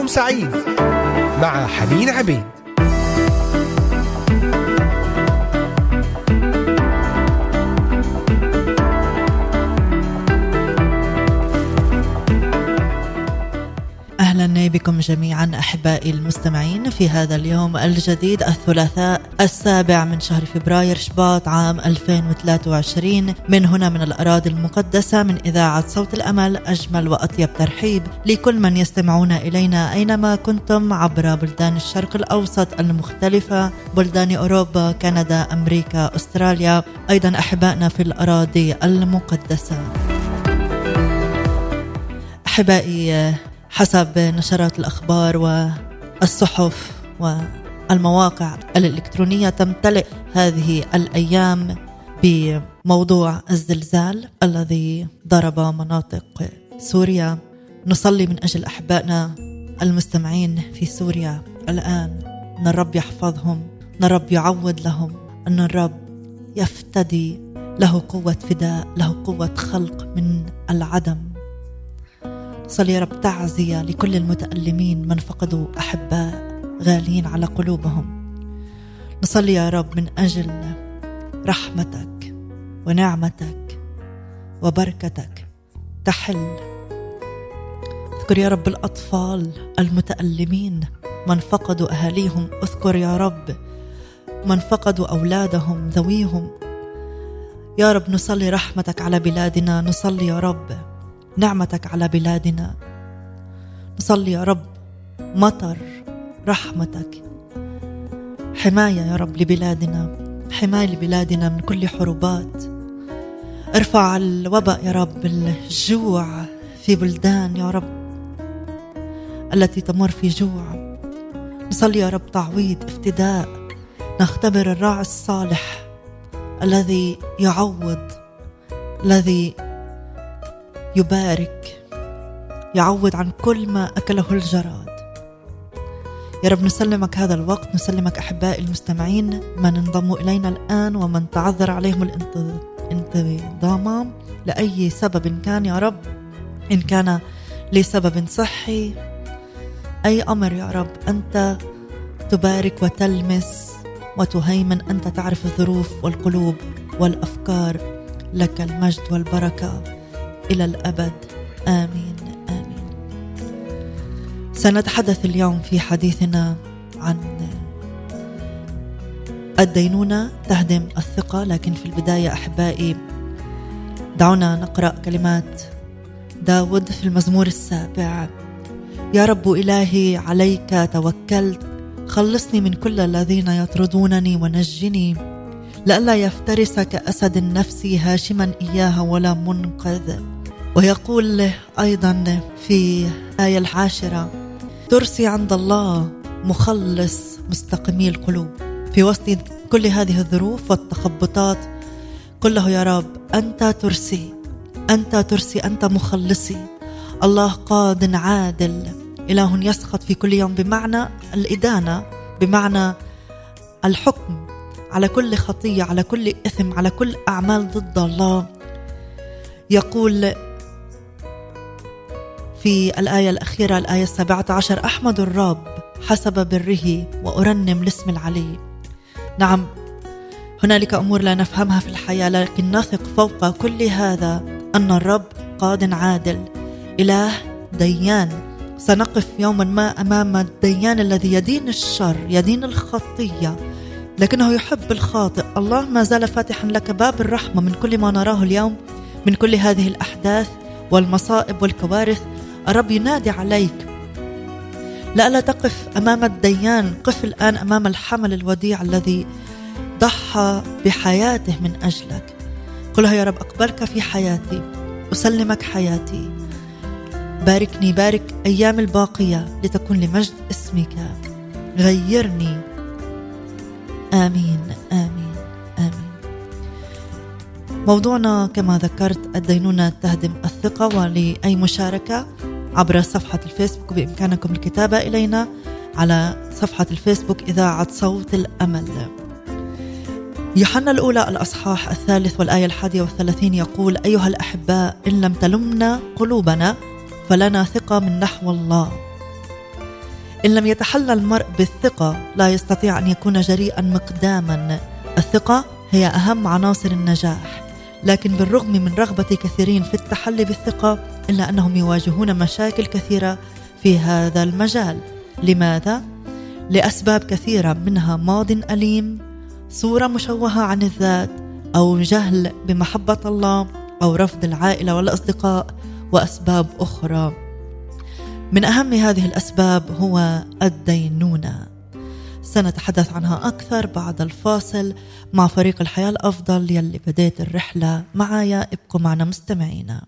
يوم سعيد مع حنين عبيد. أهلا بكم جميعا أحبائي المستمعين في هذا اليوم الجديد، الثلاثاء 7 من شهر فبراير شباط عام 2023. من هنا من الأراضي المقدسة من إذاعة صوت الأمل أجمل وأطيب ترحيب لكل من يستمعون إلينا أينما كنتم عبر بلدان الشرق الأوسط المختلفة، بلدان أوروبا، كندا، أمريكا، أستراليا، أيضا أحبائنا في الأراضي المقدسة. أحبائي، حسب نشرات الأخبار والصحف والمواقع الإلكترونية تمتلئ هذه الأيام بموضوع الزلزال الذي ضرب مناطق سوريا. نصلي من أجل أحبائنا المستمعين في سوريا الآن، أن الرب يحفظهم، أن الرب يعوض لهم، أن الرب يفتدي، له قوة فداء، له قوة خلق من العدم. صلي يا رب تعزية لكل المتألمين من فقدوا أحباء غاليين على قلوبهم. نصلي يا رب من أجل رحمتك ونعمتك وبركتك تحل. اذكر يا رب الأطفال المتألمين من فقدوا أهاليهم، اذكر يا رب من فقدوا أولادهم ذويهم. يا رب نصلي رحمتك على بلادنا، نصلي يا رب نعمتك على بلادنا، نصلي يا رب مطر رحمتك، حماية يا رب لبلادنا، حماية لبلادنا من كل حروبات. ارفع الوباء يا رب، الجوع في بلدان يا رب التي تمر في جوع. نصلي يا رب تعويض، افتداء، نختبر الراعي الصالح الذي يعوض، الذي يبارك، يعوض عن كل ما أكله الجراد. يا رب نسلمك هذا الوقت، نسلمك أحبائي المستمعين من انضموا إلينا الآن ومن تعذر عليهم الانضمام لأي سبب كان يا رب، إن كان لسبب صحي، أي أمر يا رب أنت تبارك وتلمس وتهيمن، أنت تعرف الظروف والقلوب والأفكار. لك المجد والبركة إلى الأبد، آمين آمين. سنتحدث اليوم في حديثنا عن الدينونة تهدم الثقة، لكن في البداية أحبائي دعونا نقرأ كلمات داود في المزمور 7. يا رب إلهي عليك توكلت، خلصني من كل الذين يطردونني ونجني، لئلا يفترس كأسد النفس هاشما إياها ولا منقذ. ويقول أيضا في آية 10: ترسي عند الله مخلص مستقيمي القلوب. في وسط كل هذه الظروف والتخبطات قل له يا رب أنت ترسي، أنت ترسي، أنت مخلصي. الله قاد عادل، إله يسخط في كل يوم، بمعنى الإدانة، بمعنى الحكم على كل خطية، على كل إثم، على كل أعمال ضد الله. يقول في الآية الأخيرة، الآية 17: أحمد الرب حسب بره وأرنم لاسم العلي. نعم، هنالك أمور لا نفهمها في الحياة، لكن نثق فوق كل هذا أن الرب قاد عادل، إله ديان. سنقف يوما ما أمام الديان الذي يدين الشر، يدين الخطية، لكنه يحب الخاطئ. الله ما زال فاتحا لك باب الرحمة من كل ما نراه اليوم، من كل هذه الأحداث والمصائب والكوارث. الرب ينادي عليك، لا تقف أمام الديان، قف الآن أمام الحمل الوديع الذي ضحى بحياته من أجلك. قل يا رب أقبلك في حياتي، أسلمك حياتي، باركني، بارك أيام الباقية لتكون لمجد اسمك، غيرني. آمين آمين آمين. موضوعنا كما ذكرت الدينونة تهدم الثقة، ولأي مشاركة عبر صفحة الفيسبوك بإمكانكم الكتابة إلينا على صفحة الفيسبوك إذاعة صوت الأمل. يوحنا الأولى الأصحاح 3 والآية 31 يقول: أيها الأحباء، إن لم تلمنا قلوبنا فلنا ثقة من نحو الله. إن لم يتحلى المرء بالثقة لا يستطيع أن يكون جريئا مقداما. الثقة هي أهم عناصر النجاح، لكن بالرغم من رغبة كثيرين في التحلي بالثقة إلا أنهم يواجهون مشاكل كثيرة في هذا المجال. لماذا؟ لأسباب كثيرة، منها ماض أليم، صورة مشوهة عن الذات، أو جهل بمحبة الله، أو رفض العائلة والأصدقاء، وأسباب أخرى. من أهم هذه الأسباب هو الدينونة. سنتحدث عنها أكثر بعد الفاصل مع فريق الحياة الأفضل يلي بديت الرحلة معايا. ابقوا معنا مستمعينا.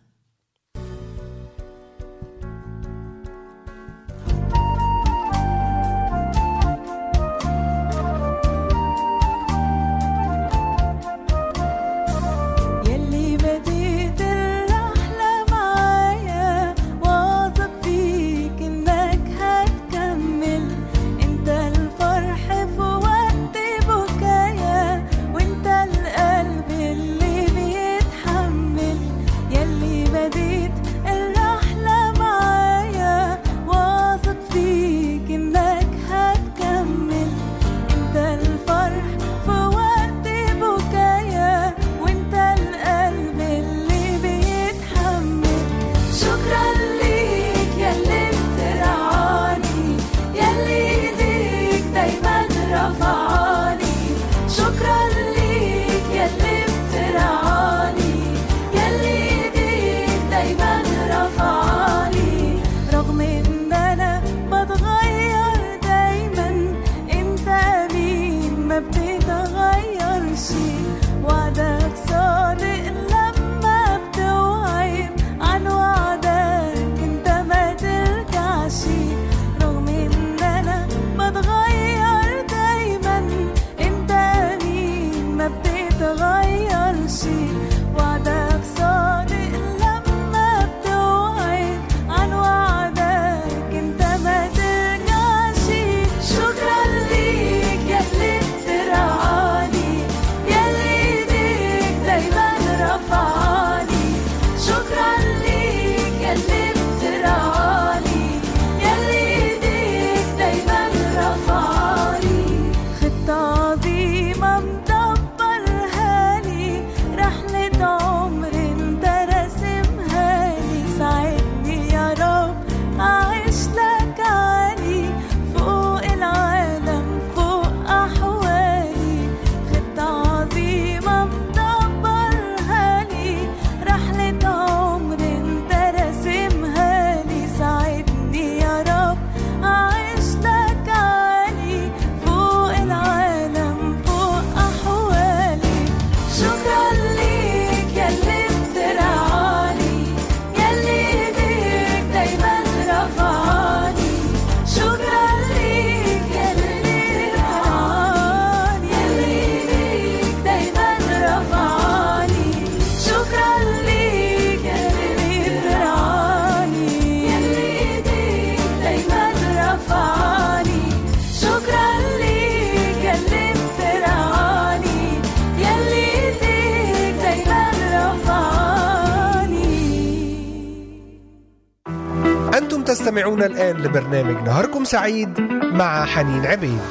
تستمعون الآن لبرنامج نهاركم سعيد مع حنين عبيد.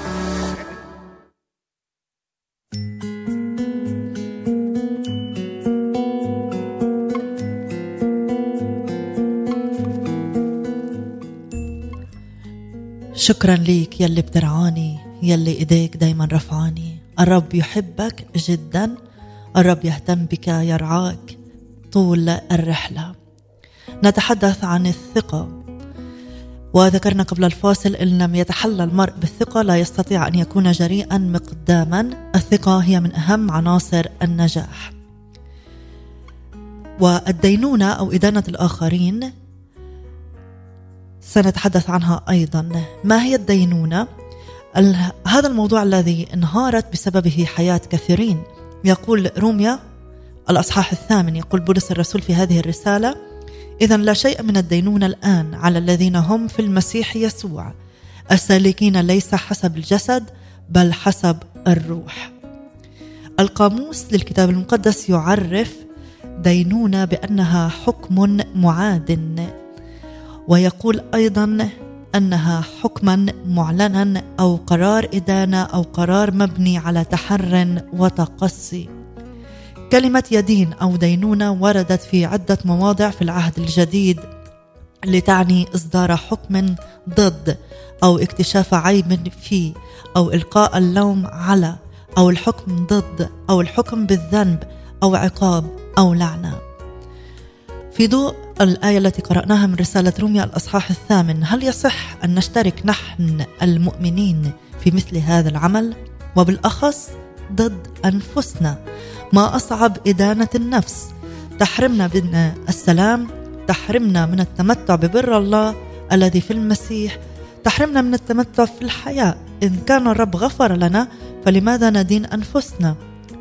شكرا ليك يلي بترعاني، يلي إيديك دايما رفعاني. الرب يحبك جدا، الرب يهتم بك، يرعاك طول الرحلة. نتحدث عن الثقة، وذكرنا قبل الفاصل إن لم يتحلى المرء بالثقة لا يستطيع أن يكون جريئا مقداما. الثقة هي من أهم عناصر النجاح. والدينونة أو إدانة الآخرين سنتحدث عنها أيضا. ما هي الدينونة؟ هذا الموضوع الذي انهارت بسببه حياة كثيرين. يقول روميا الأصحاح 8، يقول بولس الرسول في هذه الرسالة: إذن لا شيء من الدينونة الآن على الذين هم في المسيح يسوع، السالكين ليس حسب الجسد بل حسب الروح. القاموس للكتاب المقدس يعرف دينونة بأنها حكم معاد، ويقول أيضا أنها حكما معلنا أو قرار إدانة أو قرار مبني على تحر وتقصي. كلمة يدين أو دينونة وردت في عدة مواضع في العهد الجديد لتعني إصدار حكم ضد أو اكتشاف عيب فيه أو إلقاء اللوم على أو الحكم ضد أو الحكم بالذنب أو عقاب أو لعنة. في ضوء الآية التي قرأناها من رسالة روميا الأصحاح 8، هل يصح أن نشترك نحن المؤمنين في مثل هذا العمل؟ وبالأخص ضد أنفسنا. ما أصعب إدانة النفس، تحرمنا من السلام، تحرمنا من التمتع ببر الله الذي في المسيح، تحرمنا من التمتع في الحياة. إن كان الرب غفر لنا فلماذا ندين أنفسنا؟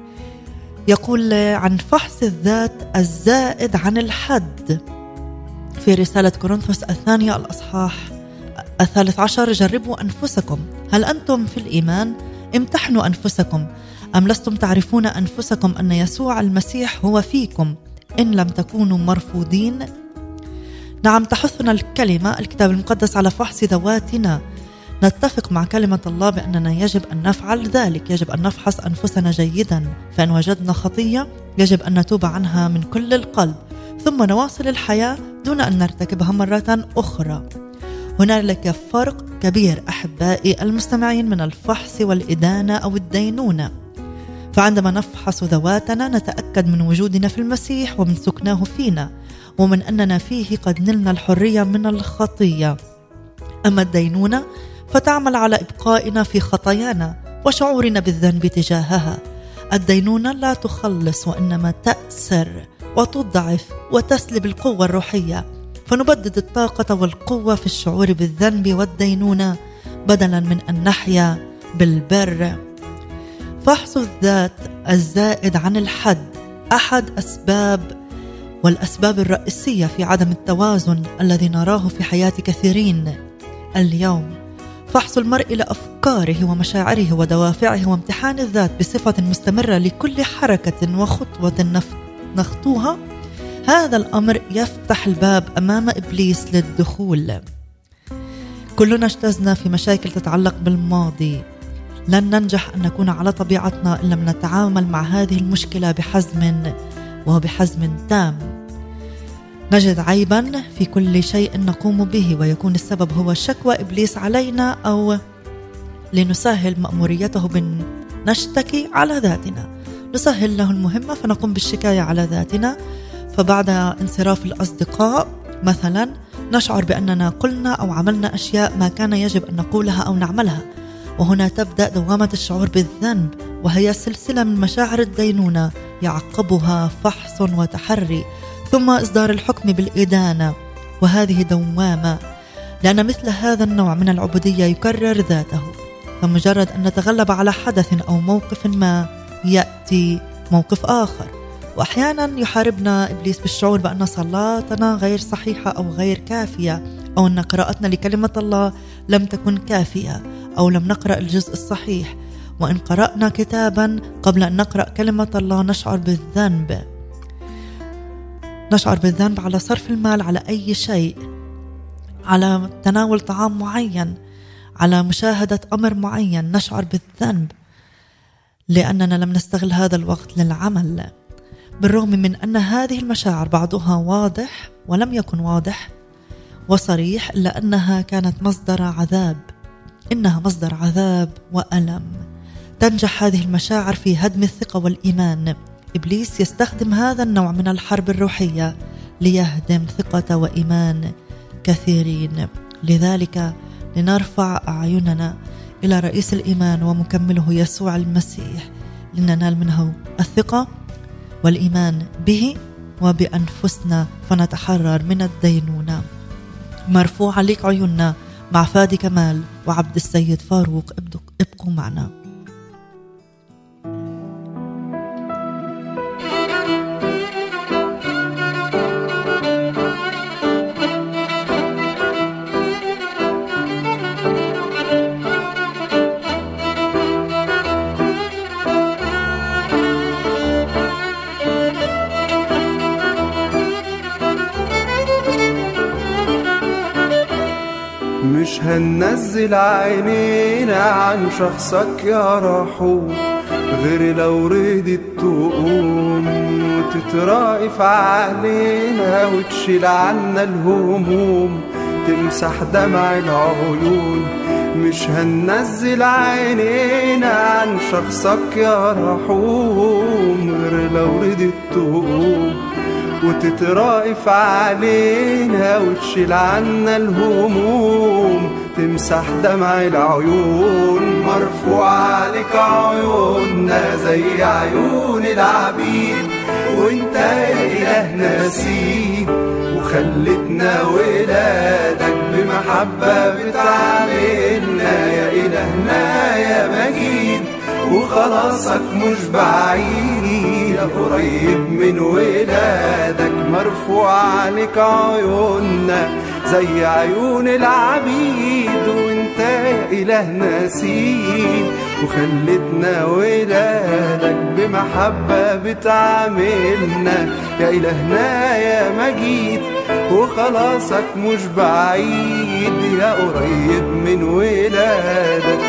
يقول عن فحص الذات الزائد عن الحد في رسالة كورنثوس الثانية الأصحاح 13: جربوا أنفسكم هل أنتم في الإيمان؟ امتحنوا أنفسكم أم لستم تعرفون أنفسكم أن يسوع المسيح هو فيكم إن لم تكونوا مرفوضين؟ نعم، تحثنا الكتاب المقدس على فحص ذواتنا. نتفق مع كلمة الله بأننا يجب أن نفعل ذلك، يجب أن نفحص أنفسنا جيدا، فإن وجدنا خطية يجب أن نتوب عنها من كل القلب ثم نواصل الحياة دون أن نرتكبها مرة أخرى. هنالك فرق كبير أحبائي المستمعين من الفحص والإدانة أو الدينونة. فعندما نفحص ذواتنا نتأكد من وجودنا في المسيح ومن سكناه فينا ومن أننا فيه قد نلنا الحرية من الخطية. أما الدينونة فتعمل على إبقائنا في خطايانا وشعورنا بالذنب تجاهها. الدينونة لا تخلص وإنما تأسر وتضعف وتسلب القوة الروحية، فنبدد الطاقة والقوة في الشعور بالذنب والدينونة بدلا من أن نحيا بالبر. فحص الذات الزائد عن الحد أحد والأسباب الرئيسية في عدم التوازن الذي نراه في حياة كثيرين اليوم. فحص المرء لأفكاره ومشاعره ودوافعه وامتحان الذات بصفة مستمرة لكل حركة وخطوة نخطوها، هذا الأمر يفتح الباب أمام إبليس للدخول. كلنا اجتزنا في مشاكل تتعلق بالماضي. لن ننجح أن نكون على طبيعتنا إن لم نتعامل مع هذه المشكلة بحزم تام. نجد عيبا في كل شيء نقوم به ويكون السبب هو شكوى إبليس علينا أو لنسهل مأموريته نشتكي على ذاتنا. نسهل له المهمة فنقوم بالشكاية على ذاتنا، فبعد انصراف الأصدقاء مثلا نشعر بأننا قلنا أو عملنا أشياء ما كان يجب أن نقولها أو نعملها، وهنا تبدأ دوامة الشعور بالذنب، وهي سلسلة من مشاعر الدينونة يعقبها فحص وتحري ثم إصدار الحكم بالإدانة. وهذه دوامة، لأن مثل هذا النوع من العبودية يكرر ذاته، فمجرد أن نتغلب على حدث أو موقف ما يأتي موقف آخر. وأحيانا يحاربنا إبليس بالشعور بأن صلاتنا غير صحيحة أو غير كافية، أو أن قراءتنا لكلمة الله لم تكن كافية، أو لم نقرأ الجزء الصحيح. وإن قرأنا كتابا قبل أن نقرأ كلمة الله نشعر بالذنب على صرف المال على أي شيء، على تناول طعام معين، على مشاهدة أمر معين. نشعر بالذنب لأننا لم نستغل هذا الوقت للعمل، بالرغم من أن هذه المشاعر بعضها واضح ولم يكن واضح وصريح، إلا أنها كانت مصدر عذاب. إنها مصدر عذاب وألم. تنجح هذه المشاعر في هدم الثقة والإيمان. إبليس يستخدم هذا النوع من الحرب الروحية ليهدم ثقة وإيمان كثيرين. لذلك لنرفع أعيننا إلى رئيس الإيمان ومكمله يسوع المسيح لننال منه الثقة والإيمان به وبأنفسنا، فنتحرر من الدينونة. مرفوع عليك عيوننا مع فادي كمال وعبد السيد فاروق. ابقوا معنا. مش مش هننزل عينينا عن شخصك يا رحوم، غير لو ردت تقوم وتترائف علينا وتشيل عنا الهموم، تمسح دمع العيون. مش هننزل عينينا عن شخصك يا رحوم، غير لو ردت تقوم وتترائف علينا وتشيل عنا الهموم، تمسح دمع العيون. مرفوع عليك عيوننا زي عيون العبيد، وانت يا إلهنا سيد وخلتنا ولادك بمحبة بتعاملنا. يا إلهنا يا مجيد وخلاصك مش بعيد، قريب من ولادك. مرفوع عليك عيوننا زي عيون العبيد، وانت يا إلهنا سيد وخلتنا ولادك بمحبة بتعاملنا. يا إلهنا يا مجيد وخلاصك مش بعيد، يا قريب من ولادك.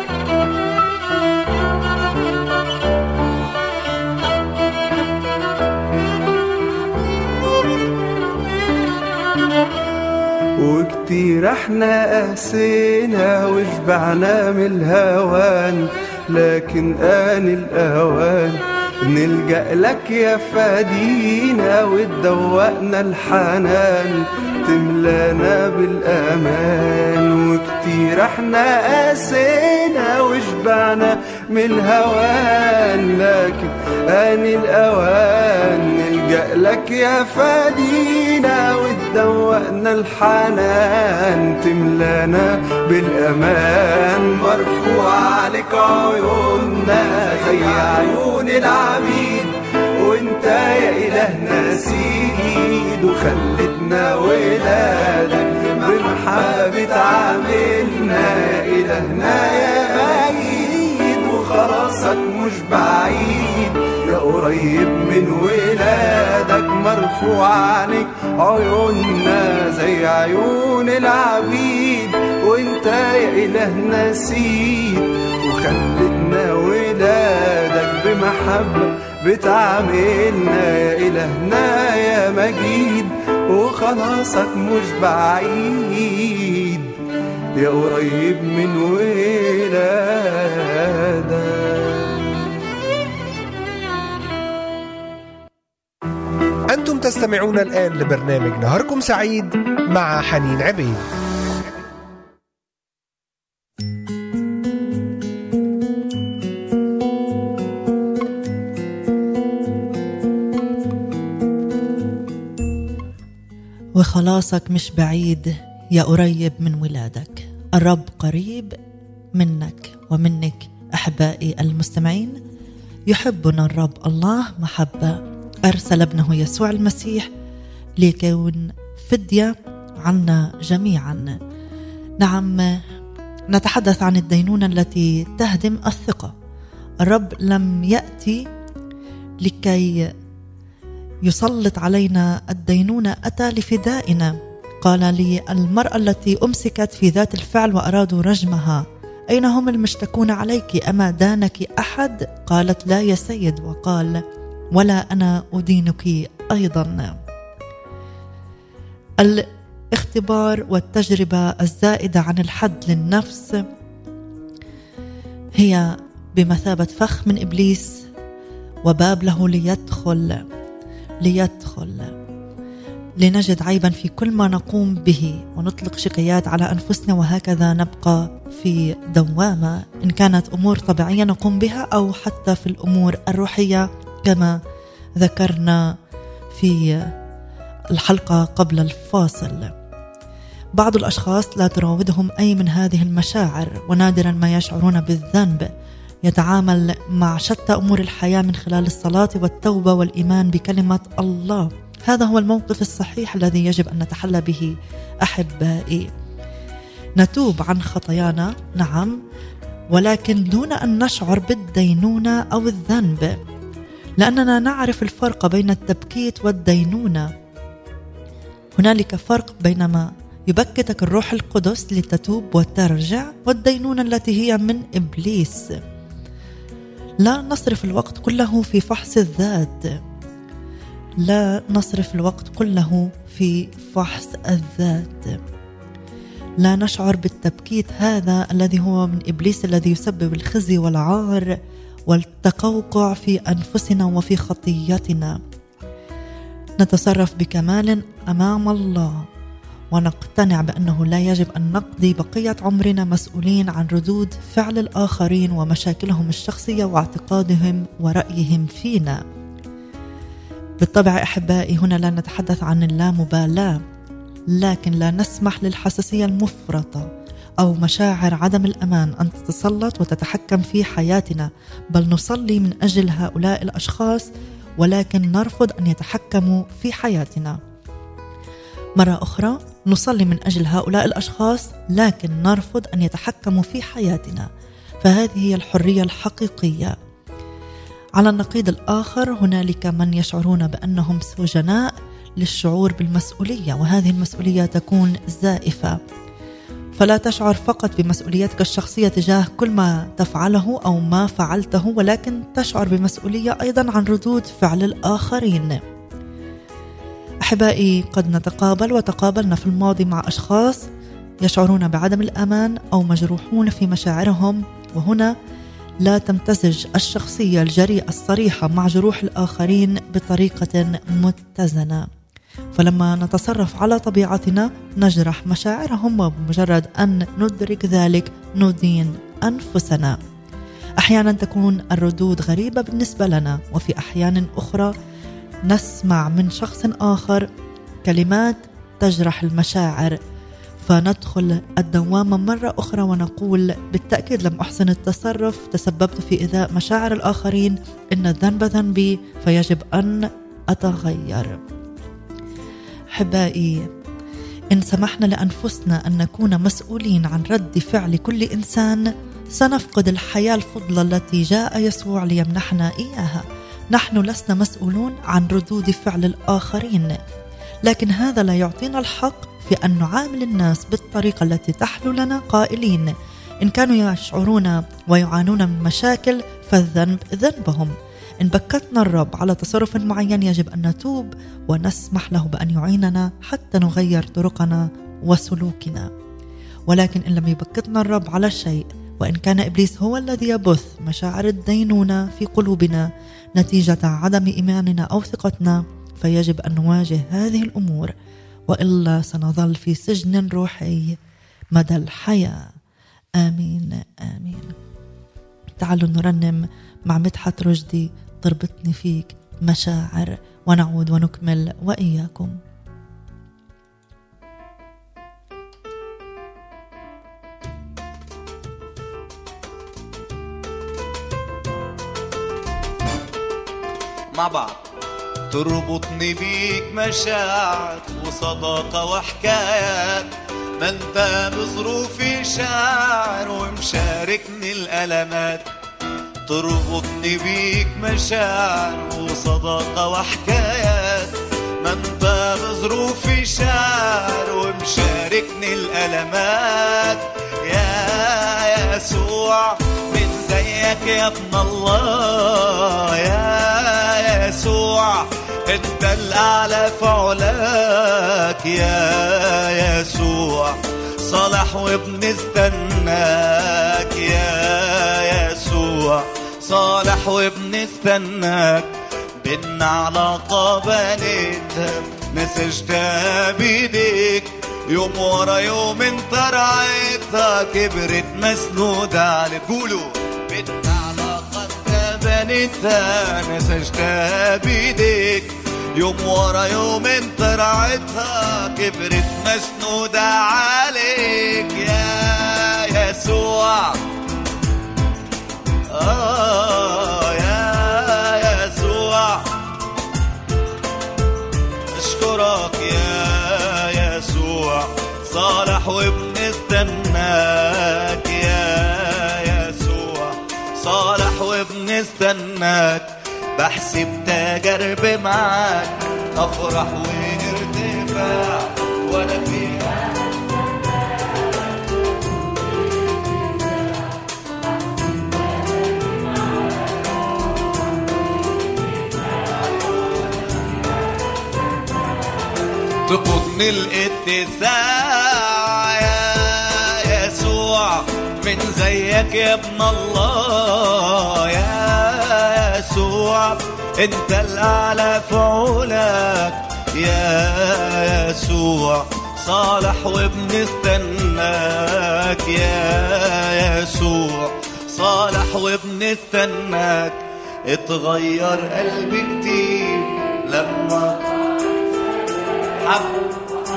وكتير احنا قاسينا وشبعنا من الهوان، لكن آن الأوان نلجأ لك يا فادينا وتدوقنا الحنان، تملانا بالأمان. وكتير احنا قاسينا وشبعنا من الهوان، لكن آن الأوان نلجأ لك يا فادينا وتدوقنا الحنان، تملانا بالأمان. مرفوع عليك عيوننا زي عيون العبيد، وانت يا إلهنا سيد وخلتنا ولادك بمحبة عاملنا. يا إلهنا يا مجيد وخلاصك مش بعيد، يا قريب من ولادك. مرفوع عليك عيوننا زي عيون العبيد، وانت يا إلهنا سيد وخلتنا ولادك بمحبة بتعاملنا. يا إلهنا يا مجيد وخلاصك مش بعيد، يا قريب من ولادك. أنتم تستمعون الآن لبرنامج نهاركم سعيد مع حنين عبيد. وخلاصك مش بعيد، يا قريب من ولادك. الرب قريب منك ومنك أحبائي المستمعين. يحبنا الرب الله محبة، أرسل ابنه يسوع المسيح ليكون فدية عنا جميعا. نعم، نتحدث عن الدينونة التي تهدم الثقة. الرب لم يأتي لكي يسلط علينا الدينونة، أتى لفدائنا. قال لي المرأة التي أمسكت في ذات الفعل وأرادوا رجمها: أين هم المشتكون عليك؟ أما دانك أحد؟ قالت: لا يا سيد. وقال: ولا أنا أدينك أيضا. الاختبار والتجربة الزائدة عن الحد للنفس هي بمثابة فخ من إبليس وباب له ليدخل لنجد عيبا في كل ما نقوم به ونطلق شكايات على أنفسنا، وهكذا نبقى في دوامة، إن كانت أمور طبيعية نقوم بها أو حتى في الأمور الروحية كما ذكرنا في الحلقة قبل الفاصل. بعض الأشخاص لا تراودهم أي من هذه المشاعر، ونادرا ما يشعرون بالذنب. يتعامل مع شتى أمور الحياة من خلال الصلاة والتوبة والإيمان بكلمة الله. هذا هو الموقف الصحيح الذي يجب أن نتحلى به أحبائي. نتوب عن خطايانا، نعم، ولكن دون أن نشعر بالدينونة أو الذنب، لأننا نعرف الفرق بين التبكيت والدينونة. هنالك فرق بينما يبكتك الروح القدس لتتوب وترجع، والدينونة التي هي من إبليس. لا نصرف الوقت كله في فحص الذات، لا نصرف الوقت كله في فحص الذات. لا نشعر بالتبكيت هذا الذي هو من إبليس، الذي يسبب الخزي والعار والتقوقع في أنفسنا وفي خطيتنا. نتصرف بكمال أمام الله ونقتنع بأنه لا يجب أن نقضي بقية عمرنا مسؤولين عن ردود فعل الآخرين ومشاكلهم الشخصية واعتقادهم ورأيهم فينا. بالطبع أحبائي، هنا لا نتحدث عن اللامبالاة، لكن لا نسمح للحساسية المفرطة أو مشاعر عدم الأمان أن تتسلط وتتحكم في حياتنا، بل نصلي من أجل هؤلاء الأشخاص ولكن نرفض أن يتحكموا في حياتنا. مرة أخرى، نصلي من أجل هؤلاء الأشخاص لكن نرفض أن يتحكموا في حياتنا، فهذه هي الحرية الحقيقية. على النقيض الآخر، هنالك من يشعرون بأنهم سجناء للشعور بالمسؤولية، وهذه المسؤولية تكون زائفة، فلا تشعر فقط بمسؤوليتك الشخصية تجاه كل ما تفعله أو ما فعلته، ولكن تشعر بمسؤولية أيضا عن ردود فعل الآخرين. أحبائي، قد نتقابل وتقابلنا في الماضي مع أشخاص يشعرون بعدم الأمان أو مجروحون في مشاعرهم، وهنا لا تمتزج الشخصية الجريئة الصريحة مع جروح الآخرين بطريقة متزنة، فلما نتصرف على طبيعتنا نجرح مشاعرهم، وبمجرد أن ندرك ذلك ندين أنفسنا. أحيانا تكون الردود غريبة بالنسبة لنا، وفي أحيان أخرى نسمع من شخص آخر كلمات تجرح المشاعر، فندخل الدوامة مرة أخرى ونقول بالتأكيد لم أحسن التصرف، تسببت في إيذاء مشاعر الآخرين، إن الذنب ذنبي فيجب أن أتغير. أحبائي، إن سمحنا لأنفسنا أن نكون مسؤولين عن رد فعل كل إنسان، سنفقد الحياة الفضلى التي جاء يسوع ليمنحنا إياها. نحن لسنا مسؤولون عن ردود فعل الآخرين، لكن هذا لا يعطينا الحق في أن نعامل الناس بالطريقة التي تحلو لنا، قائلين إن كانوا يشعرون ويعانون من مشاكل فالذنب ذنبهم. إن بكتنا الرب على تصرف معين يجب أن نتوب ونسمح له بأن يعيننا حتى نغير طرقنا وسلوكنا. ولكن إن لم يبكتنا الرب على شيء، وإن كان إبليس هو الذي يبث مشاعر الدينونة في قلوبنا نتيجة عدم إيماننا أو ثقتنا، فيجب أن نواجه هذه الأمور، وإلا سنظل في سجن روحي مدى الحياة. آمين آمين. تعالوا نرنم مع مدحت رشدي تربطني فيك مشاعر، ونعود ونكمل وإياكم. مع بعض. تربطني بيك مشاعر وصداقة وحكايات، ما انت بظروفي شاعر ومشاركني الألمات. تربطني بيك مشاعر وصداقة وحكايات، ما انت بظروفي شاعر ومشاركني الألمات. يا يسوع من زيك يا ابن الله، يا يسوع انت الأعلى في علاك. يا يسوع صالح وبنستناك، يا يسوع صالح وبنستناك. بينا علاقة بنيتها مسجتها بيديك، يوم ورا يوم انت رعيتها كبرت مسنودة عليك. قولوا بينا علاقة بنيتها مسجتها بيديك، يوم ورا يوم انت رعيتها كبرت مسنودة عليك. يا يسوع يا يسوع اشكرك يا يسوع، صالح وبنستناك. يا يسوع صالح وبنستناك. بحسب تجارب معاك أفرح وارتفاع، ولا فيها تقودني الاتساع يا يسوع. من زيك يا ابن الله يا يسوع، انت الأعلى فعولك يا يسوع. صالح وبنستناك يا يسوع، صالح وبنستناك. اتغير قلبي كتير لما حب،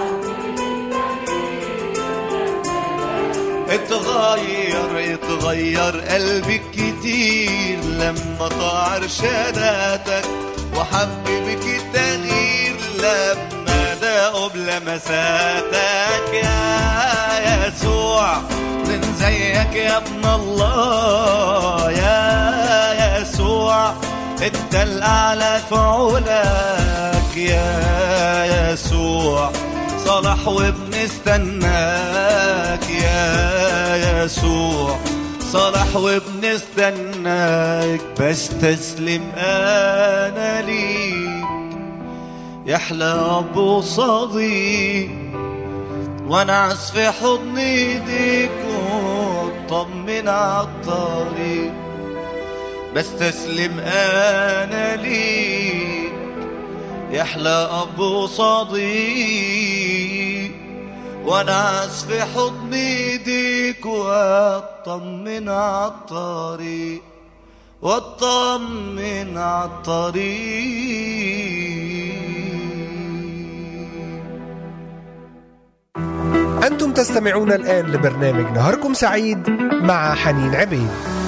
اتغير قلبي كتير لما طاع ارشاداتك وحببك التغيير، لما داقوا بلمساتك يا يسوع. من زيك يا ابن الله يا يسوع، انت الأعلى فعولك يا يسوع. صالح وبنستناك يا يسوع، صالح وبنستناك. بستسلم أنا ليك يحلى أب وصديق، وانعس في حضن ايديك وطمن عالطريق. بستسلم أنا ليك يحلى أب وصديق، وانعس في حضن ايديك واطمن عالطريق، واطمن عالطريق. أنتم تستمعون الآن لبرنامج نهاركم سعيد مع حنين عبيد.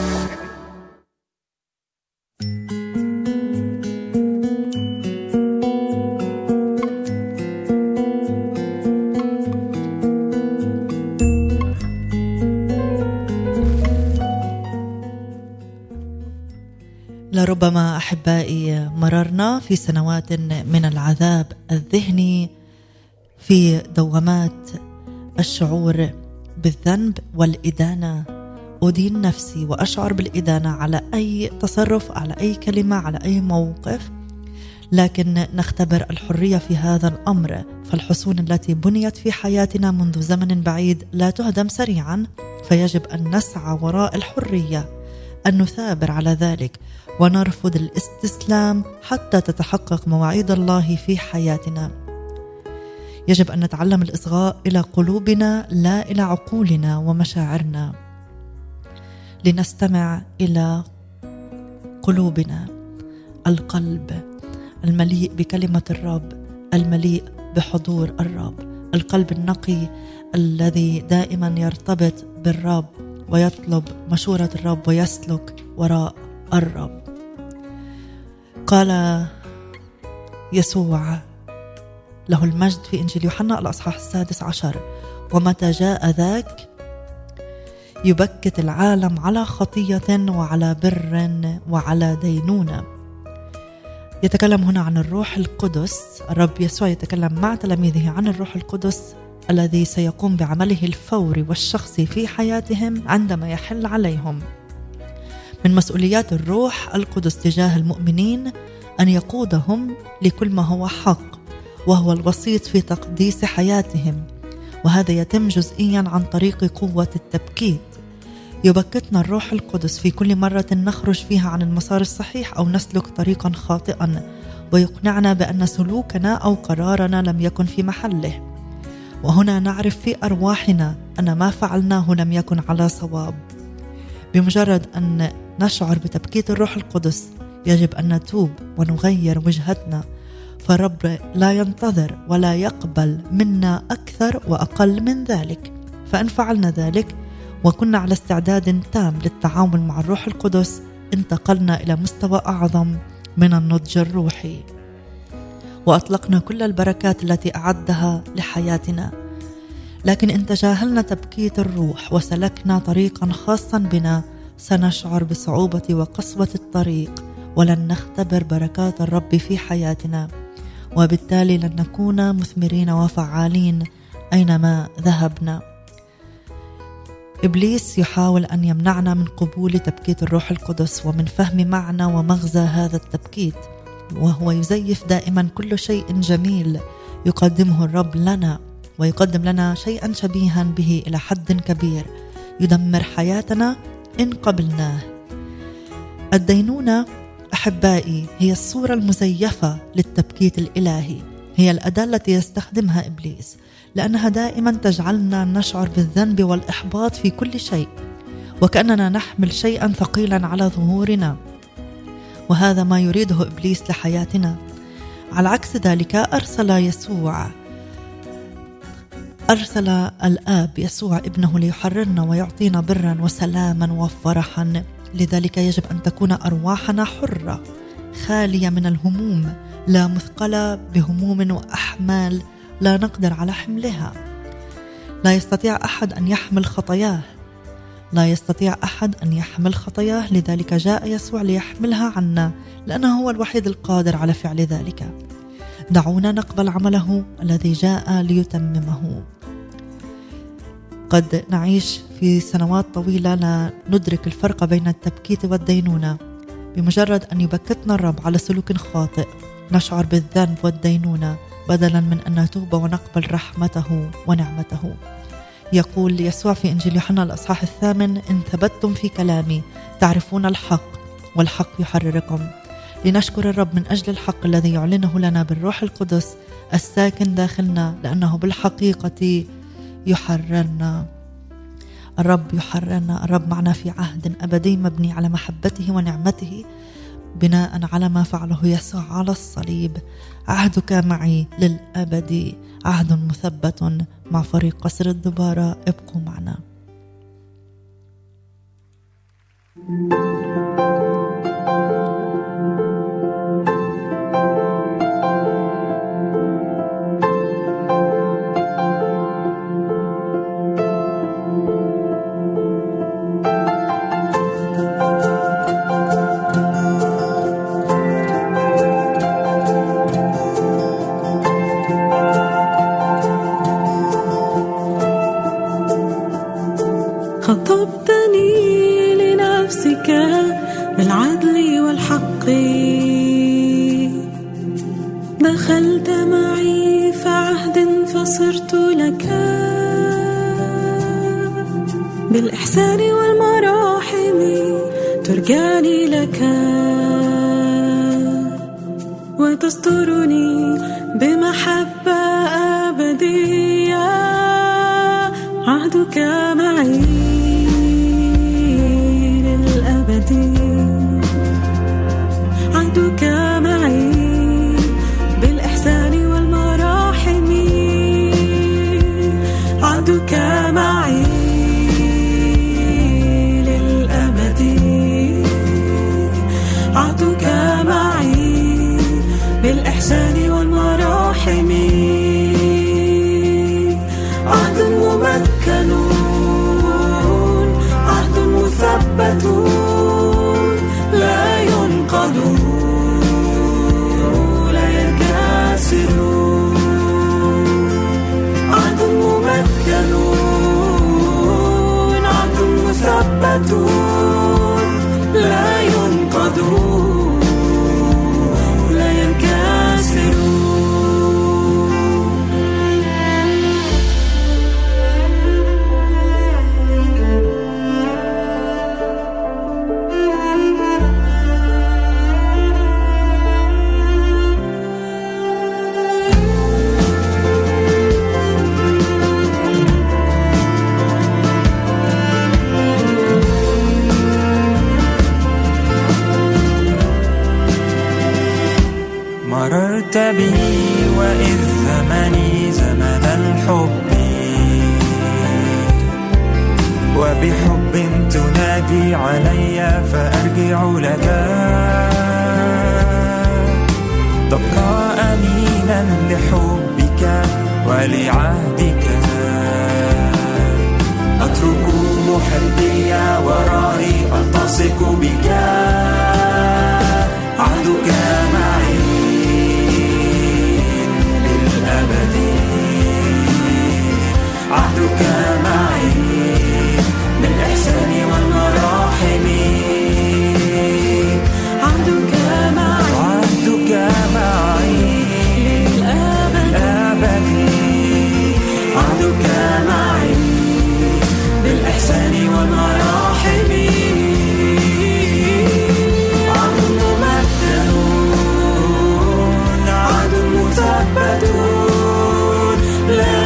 لربما أحبائي مررنا في سنوات من العذاب الذهني، في دوامات الشعور بالذنب والإدانة. أدين نفسي وأشعر بالإدانة على أي تصرف، على أي كلمة، على أي موقف. لكن نختبر الحرية في هذا الأمر، فالحصون التي بنيت في حياتنا منذ زمن بعيد لا تهدم سريعا، فيجب أن نسعى وراء الحرية، أن نثابر على ذلك ونرفض الاستسلام حتى تتحقق مواعيد الله في حياتنا. يجب أن نتعلم الإصغاء إلى قلوبنا لا إلى عقولنا ومشاعرنا، لنستمع إلى قلوبنا، القلب المليء بكلمة الرب، المليء بحضور الرب، القلب النقي الذي دائما يرتبط بالرب ويطلب مشورة الرب ويسلك وراء الرب. قال يسوع له المجد في إنجيل يوحنا الأصحاح 16: ومتى جاء ذاك يبكت العالم على خطية وعلى بر وعلى دينونة. يتكلم هنا عن الروح القدس. الرب يسوع يتكلم مع تلاميذه عن الروح القدس الذي سيقوم بعمله الفوري والشخصي في حياتهم عندما يحل عليهم. من مسؤوليات الروح القدس تجاه المؤمنين أن يقودهم لكل ما هو حق، وهو الوسيط في تقديس حياتهم، وهذا يتم جزئيا عن طريق قوة التبكيت. يبكتنا الروح القدس في كل مرة نخرج فيها عن المسار الصحيح أو نسلك طريقا خاطئا، ويقنعنا بأن سلوكنا أو قرارنا لم يكن في محله. وهنا نعرف في أرواحنا أن ما فعلناه لم يكن على صواب. بمجرد أن نشعر بتبكيت الروح القدس يجب أن نتوب ونغير وجهتنا، فالرب لا ينتظر ولا يقبل منا أكثر وأقل من ذلك. فإن فعلنا ذلك وكنا على استعداد تام للتعامل مع الروح القدس، انتقلنا إلى مستوى أعظم من النضج الروحي، وأطلقنا كل البركات التي أعدها لحياتنا. لكن إن تجاهلنا تبكيت الروح وسلكنا طريقا خاصا بنا، سنشعر بصعوبة وقسوة الطريق، ولن نختبر بركات الرب في حياتنا، وبالتالي لن نكون مثمرين وفعالين أينما ذهبنا. إبليس يحاول أن يمنعنا من قبول تبكيت الروح القدس ومن فهم معنى ومغزى هذا التبكيت، وهو يزيف دائما كل شيء جميل يقدمه الرب لنا ويقدم لنا شيئا شبيها به إلى حد كبير يدمر حياتنا إن قبلناه. الدينونة أحبائي هي الصورة المزيفة للتبكيت الإلهي، هي الأداة التي يستخدمها إبليس لأنها دائما تجعلنا نشعر بالذنب والإحباط في كل شيء، وكأننا نحمل شيئا ثقيلا على ظهورنا، وهذا ما يريده إبليس لحياتنا. على عكس ذلك أرسل الآب يسوع ابنه ليحررنا ويعطينا برا وسلاما وفرحا. لذلك يجب أن تكون أرواحنا حرة خالية من الهموم، لا مثقلة بهموم وأحمال لا نقدر على حملها. لا يستطيع أحد أن يحمل خطاياه، لذلك جاء يسوع ليحملها عنا لأنه هو الوحيد القادر على فعل ذلك. دعونا نقبل عمله الذي جاء ليتممه. قد نعيش في سنوات طويلة لا ندرك الفرق بين التبكيت والدينونة. بمجرد أن يبكتنا الرب على سلوك خاطئ نشعر بالذنب والدينونة بدلا من أن نتوب ونقبل رحمته ونعمته. يقول يسوع في إنجيل يوحنا الأصحاح 8: إن ثبتتم في كلامي تعرفون الحق والحق يحرركم. لنشكر الرب من أجل الحق الذي يعلنه لنا بالروح القدس الساكن داخلنا، لأنه بالحقيقة يحررنا. الرب يحررنا. الرب معنا في عهد أبدي مبني على محبته ونعمته بناء على ما فعله يسوع على الصليب. عهدك معي للأبد، عهد مثبت مع فريق قصر الدبارة. ابقوا معنا. خطبتني لنفسك بالعدل والحق، دخلت معي في عهد فصرت لك، بالإحسان والمراحم ترجعني لك، وتسترني بمحبة أبدية. عهدك معي للأبد، عهدك معي بالإحسان والمراحم، عهدك معي للأبد، عهدك معي بالإحسان والمراحم. عهد ممكن، عهد مثبت لا ينقض لا ينكسر. عهد ممكن، عهد مثبت لا ينقض لا ينكسر. مررت بي وإذ زمني زمن الحب، وبحب تنادي علي فأرجع لك. تبقى أمينا لحبك ولعهدك، أترك محبي ورائي ألتصق بك. عهدك معي للأبد، عهدك معي بالإحسان والمراحم. عهدك معي، عهدك معي للأبد، معي بالإحسان والمراحم عهد ممتنون عهد مثبتون لا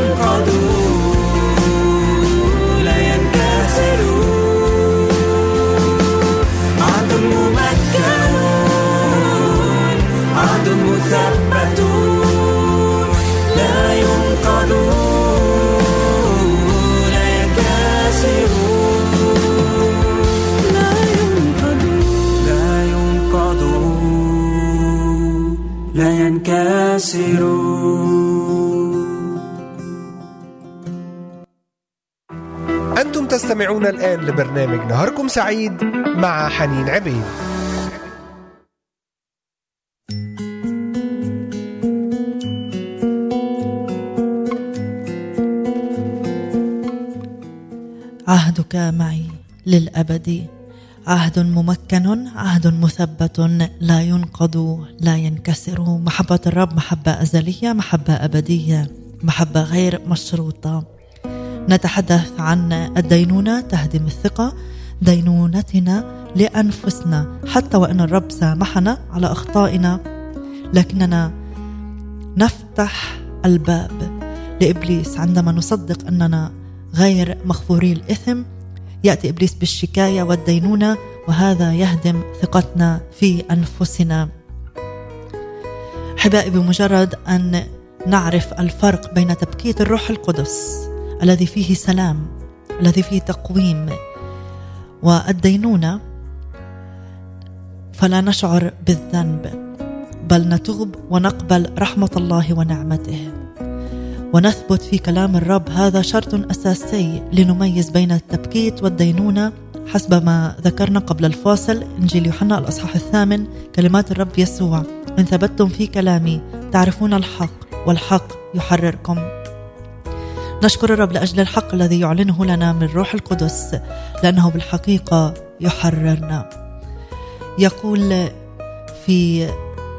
ينقضون لا ينكسرون عهد ممتنون عهد مثبتون لا ينقضون لا ينكسرون لا ينقضون لا ينكسرون. أنتم تستمعون الآن لبرنامج نهاركم سعيد مع حنين عبيد. عهدك معي للأبد، عهد ممكن، عهد مثبت، لا ينقض لا ينكسر. محبة الرب محبة أزلية، محبة أبدية، محبة غير مشروطة. نتحدث عن الدينونة تهدم الثقة، دينونتنا لأنفسنا. حتى وإن الرب سامحنا على أخطائنا، لكننا نفتح الباب لإبليس. عندما نصدق أننا غير مغفوري الإثم، يأتي إبليس بالشكاية والدينونة، وهذا يهدم ثقتنا في أنفسنا. أحبائي، بمجرد أن نعرف الفرق بين تبكيت الروح القدس الذي فيه سلام، الذي فيه تقويم، والدينونة، فلا نشعر بالذنب، بل نتوب ونقبل رحمة الله ونعمته ونثبت في كلام الرب. هذا شرط أساسي لنميز بين التبكيت والدينونة حسب ما ذكرنا قبل الفاصل. إنجيل يوحنا الأصحاح 8، كلمات الرب يسوع: إن ثبتتم في كلامي تعرفون الحق والحق يحرركم. نشكر الرب لأجل الحق الذي يعلنه لنا من روح القدس، لأنه بالحقيقة يحررنا. يقول في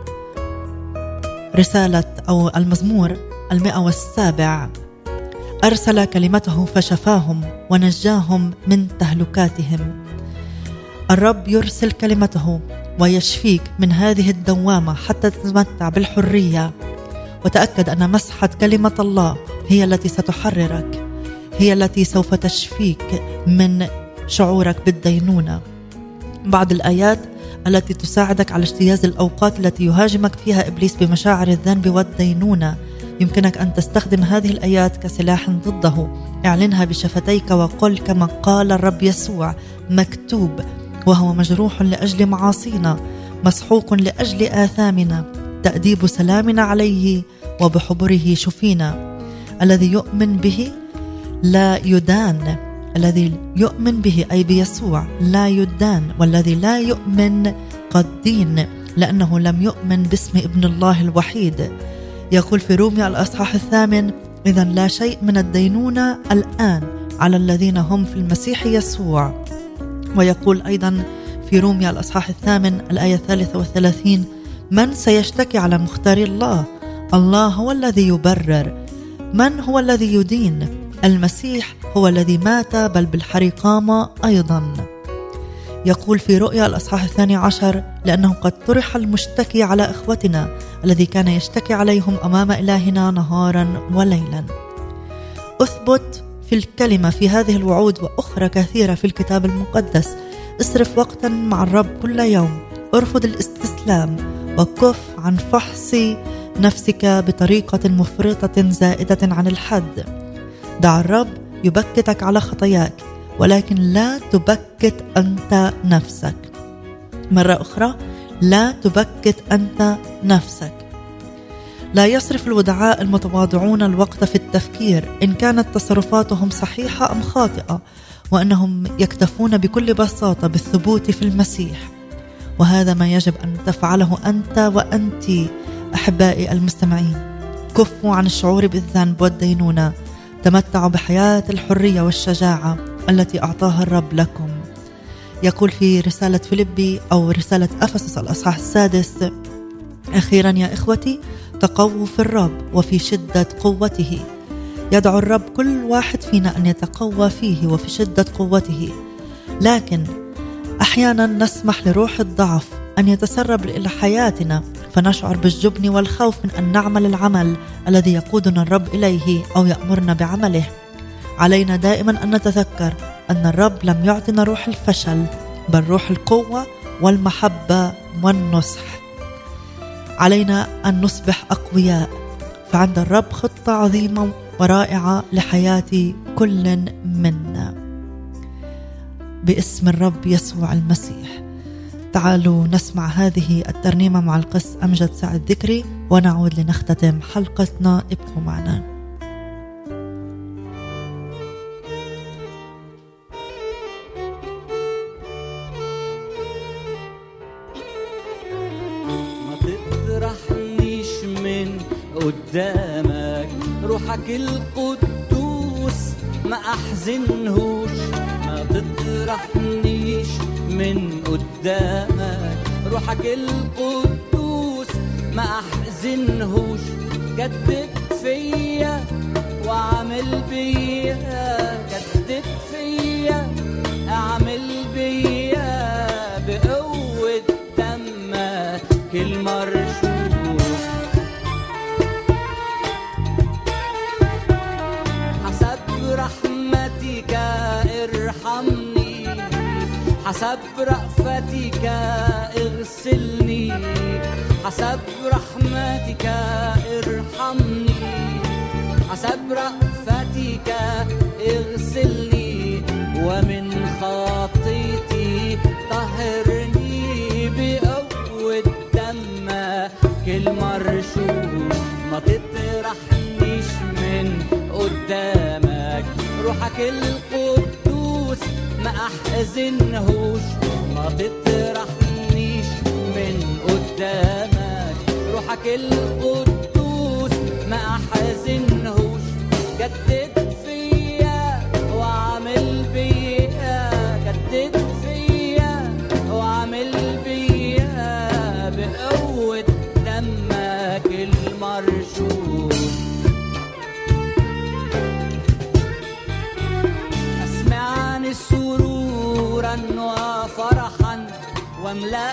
رسالة أو المزمور 107: أرسل كلمته فشفاهم ونجاهم من تهلكاتهم. الرب يرسل كلمته ويشفيك من هذه الدوامة حتى تتمتع بالحرية. وتأكد أن مسحة كلمة الله هي التي ستحررك، هي التي سوف تشفيك من شعورك بالدينونة. بعض الآيات التي تساعدك على اجتياز الأوقات التي يهاجمك فيها إبليس بمشاعر الذنب والدينونة، يمكنك أن تستخدم هذه الآيات كسلاح ضده. اعلنها بشفتيك وقل كما قال الرب يسوع: مكتوب: وهو مجروح لأجل معاصينا، مسحوق لأجل آثامنا، تأديب سلامنا عليه، وبحبره شفينا. الذي يؤمن به لا يدان، الذي يؤمن به أي بيسوع لا يدان، والذي لا يؤمن قد دين، لأنه لم يؤمن باسم ابن الله الوحيد. يقول في روميا الأصحاح 8: إذن لا شيء من الدينونة الآن على الذين هم في المسيح يسوع. ويقول أيضا في روميا الأصحاح 8 الآية 33: من سيشتكي على مختاري الله؟ الله هو الذي يبرر. من هو الذي يدين؟ المسيح هو الذي مات، بل بالحرقامة أيضا. يقول في رؤيا الأصحاح 12: لأنه قد طرح المشتكي على إخوتنا الذي كان يشتكي عليهم أمام إلهنا نهارا وليلا. أثبت في الكلمة في هذه الوعود وأخرى كثيرة في الكتاب المقدس. اصرف وقتا مع الرب كل يوم، ارفض الاستسلام، وكف عن فحص نفسك بطريقة مفرطة زائدة عن الحد. دع الرب يبكتك على خطاياك، ولكن لا تبكت أنت نفسك. مرة أخرى، لا تبكت أنت نفسك. لا يصرف الودعاء المتواضعون الوقت في التفكير إن كانت تصرفاتهم صحيحة أم خاطئة، وأنهم يكتفون بكل بساطة بالثبوت في المسيح. وهذا ما يجب أن تفعله أنت وأنت أحبائي المستمعين. كفوا عن الشعور بالذنب والدينونة، تمتعوا بحياة الحرية والشجاعة التي أعطاها الرب لكم. يقول في رسالة فيليبي أو رسالة أفسس الأصحاح 6: أخيرا يا إخوتي، تقووا في الرب وفي شدة قوته. يدعو الرب كل واحد فينا أن يتقوى فيه وفي شدة قوته، لكن أحيانا نسمح لروح الضعف أن يتسرب إلى حياتنا، فنشعر بالجبن والخوف من أن نعمل العمل الذي يقودنا الرب إليه أو يأمرنا بعمله. علينا دائما أن نتذكر أن الرب لم يعطنا روح الفشل، بل روح القوة والمحبة والنصح. علينا أن نصبح أقوياء، فعند الرب خطة عظيمة ورائعة لحياة كل منا باسم الرب يسوع المسيح. تعالوا نسمع هذه الترنيمة مع القس أمجد سعد ذكري ونعود لنختتم حلقتنا. ابقوا معنا. ما تطرحنيش من قدامك، روحك القدوس ما أحزنهوش. ما تطرحنيش من قدامك، روحك القدوس ما أحزنهوش. جدد فيا وعمل بيا، جدد فيا اعمل بيا بقوة دمك المرشوش. حسب رحمتك ارحمني، حسب رأفتك اغسلني، حسب رحمتك ارحمني، حسب رأفتك اغسلني، ومن خطيتي طهرني بقوة دمك المرشوش. ما تطرحنيش من قدامك، روحك القدوس ما أحزنهوش. ما تطرحنيش من قدامك، روحك القدوس ما أحزنهوش. جدد فيا وعمل بيا، جدد فيا وعمل بيا بقوة دمك المرشوش. أسمعني سرورا وفرحا، واملأ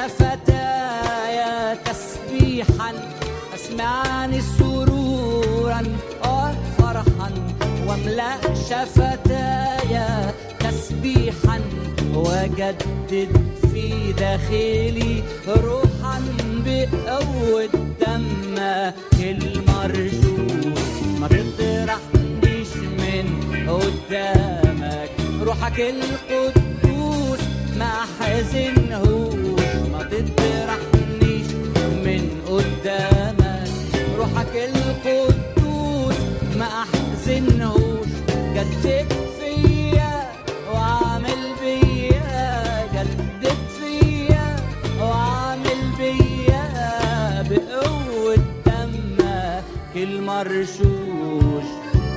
شفتاي تسبيحا. اسمعني سرورا وفرحا، واملأ شفتاي تسبيحا. وجدد في داخلي روحا بقوة دمك المرشوش. ما تطرحنيش من قدامك، روحك القدوس ما أحزنهوش. ما تطرحنيش من قدامك، روحك القدوس ما أحزنهوش. جدد فيا وعمل بيا، جدد فيا وعمل بيا بقوة دمك المرشوش.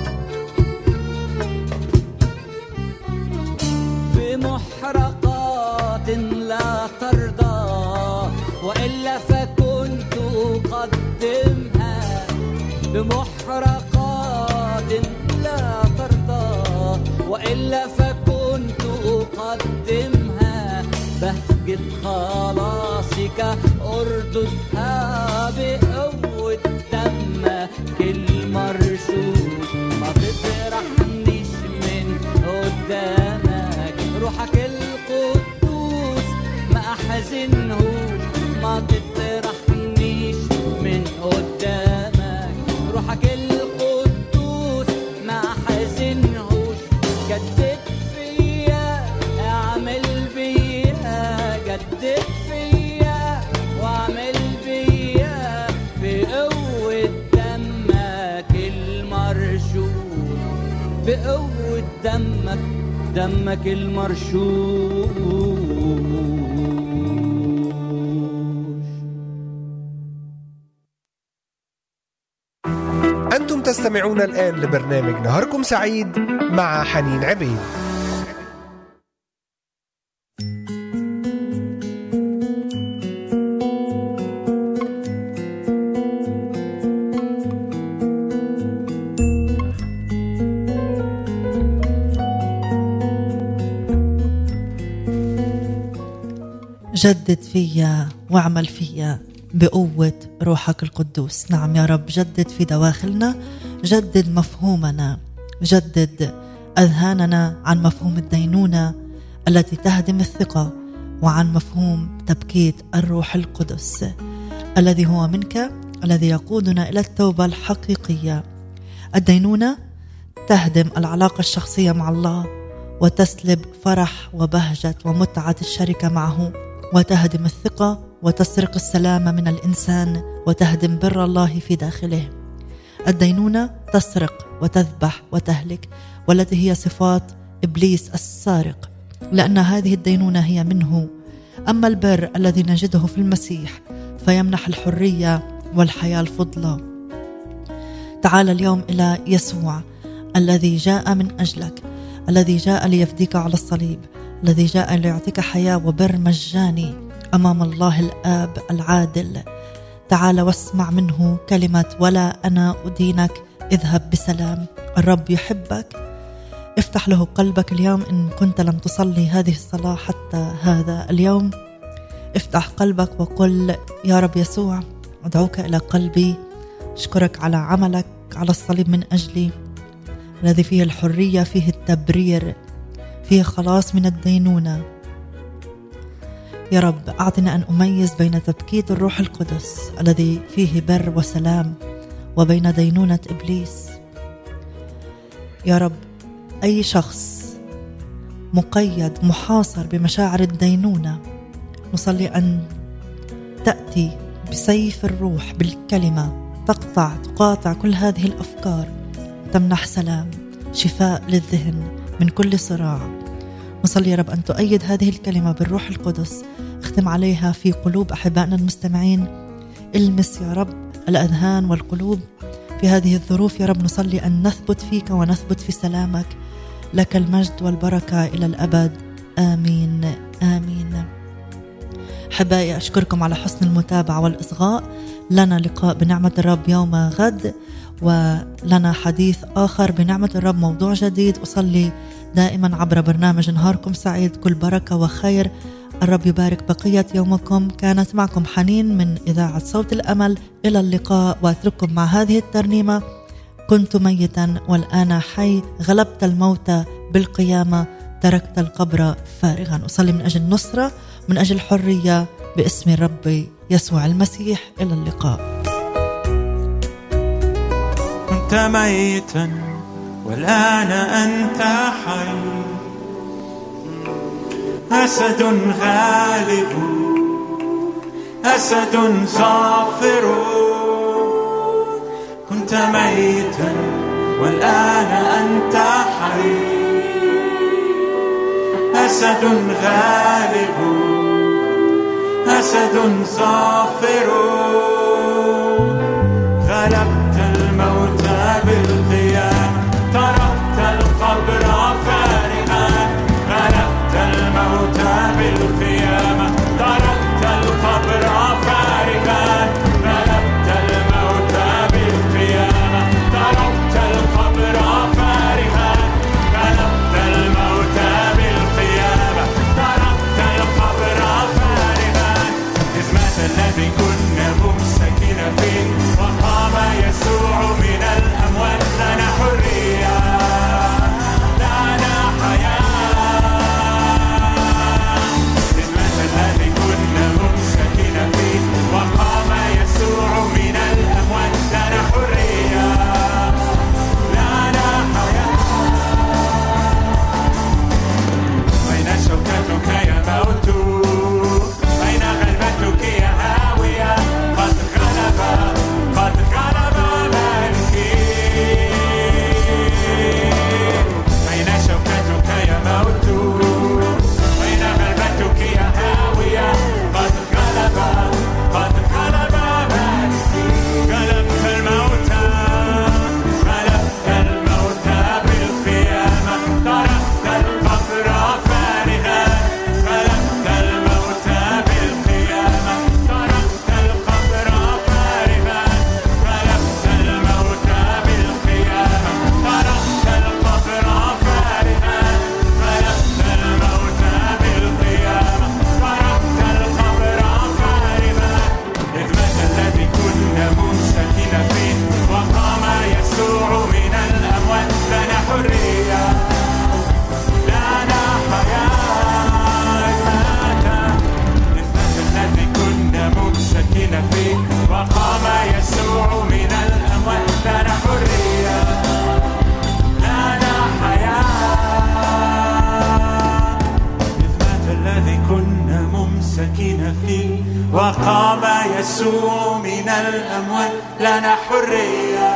بمحرقات لا ترضى، وإلا فكنت أقدمها. بمحرقات لا ترضى، وإلا فكنت أقدمها. بهجة خلاصك أرددها بقوة دمك المرشوش. ما تطرحنيش من قدامك، روحك القدوس ما أحزنهوش. ما تطرحنيش من قدامك، روحك القدوس ما أحزنهوش. جدد فيا اعمل بيا، جدد فيا واعمل بيا بقوة دمك المرشوش، بقوة دمك المرشوش. أنتم تستمعون الآن لبرنامج نهاركم سعيد مع حنين عبيد. جدد فيا واعمل فيا بقوة روحك القدوس. نعم يا رب، جدد في دواخلنا، جدد مفهومنا، جدد أذهاننا عن مفهوم الدينونة التي تهدم الثقة، وعن مفهوم تبكيت الروح القدس الذي هو منك، الذي يقودنا إلى التوبة الحقيقية. الدينونة تهدم العلاقة الشخصية مع الله، وتسلب فرح وبهجة ومتعة الشركة معه، وتهدم الثقة، وتسرق السلام من الإنسان، وتهدم بر الله في داخله. الدينونة تسرق وتذبح وتهلك، والتي هي صفات إبليس السارق، لأن هذه الدينونة هي منه. أما البر الذي نجده في المسيح فيمنح الحرية والحياة الفضلى. تعال اليوم إلى يسوع الذي جاء من أجلك، الذي جاء ليفديك على الصليب، الذي جاء ليعطيك حياة وبر مجاني أمام الله الآب العادل. تعال واسمع منه كلمة ولا أنا أدينك، اذهب بسلام. الرب يحبك. افتح له قلبك اليوم إن كنت لم تصلي هذه الصلاة حتى هذا اليوم. افتح قلبك وقل يا رب يسوع، أدعوك إلى قلبي، أشكرك على عملك على الصليب من أجلي، الذي فيه الحرية، فيه التبرير، فيه خلاص من الدينونة. يا رب أعطنا أن أميز بين تبكيت الروح القدس الذي فيه بر وسلام وبين دينونة إبليس. يا رب أي شخص مقيد محاصر بمشاعر الدينونة، نصلي أن تأتي بسيف الروح بالكلمة، تقاطع كل هذه الأفكار، تمنح سلام، شفاء للذهن من كل صراع. نصلي يا رب أن تؤيد هذه الكلمة بالروح القدس، اختم عليها في قلوب أحبائنا المستمعين. المس يا رب الأذهان والقلوب في هذه الظروف. يا رب نصلي أن نثبت فيك ونثبت في سلامك. لك المجد والبركة إلى الأبد، آمين آمين. أحبائي أشكركم على حسن المتابعة والإصغاء. لنا لقاء بنعمة الرب يوم غد، ولنا حديث آخر بنعمة الرب، موضوع جديد. أصلي دائما عبر برنامج نهاركم سعيد كل بركة وخير. الرب يبارك بقية يومكم. كانت معكم حنين من إذاعة صوت الأمل. إلى اللقاء، وأترككم مع هذه الترنيمة: كنت ميتا والآن حي، غلبت الموت بالقيامة، تركت القبر فارغا. أصلي من أجل نصرة، من أجل حرية، باسم الرب يسوع المسيح. إلى اللقاء. كنت ميتا والآن أنت حي، أسد غالب، أسد ظافر. كنت ميتا والآن أنت حي، أسد غالب، أسد ظافر. غلبت الموت بالقيامة، تركت القبر فارغا. غلبت الموت بالقيامة، تركت القبر فارغا. غلبت الموت بالقيامة، تركت القبر فارغا. غلبت الموت بالقيامة، تركت القبر فارغا. إذ مات الذي كنا ممسكين فيه، وقام يسوع من الأموات لنا. وقام يسوع من الأموات لنا حرية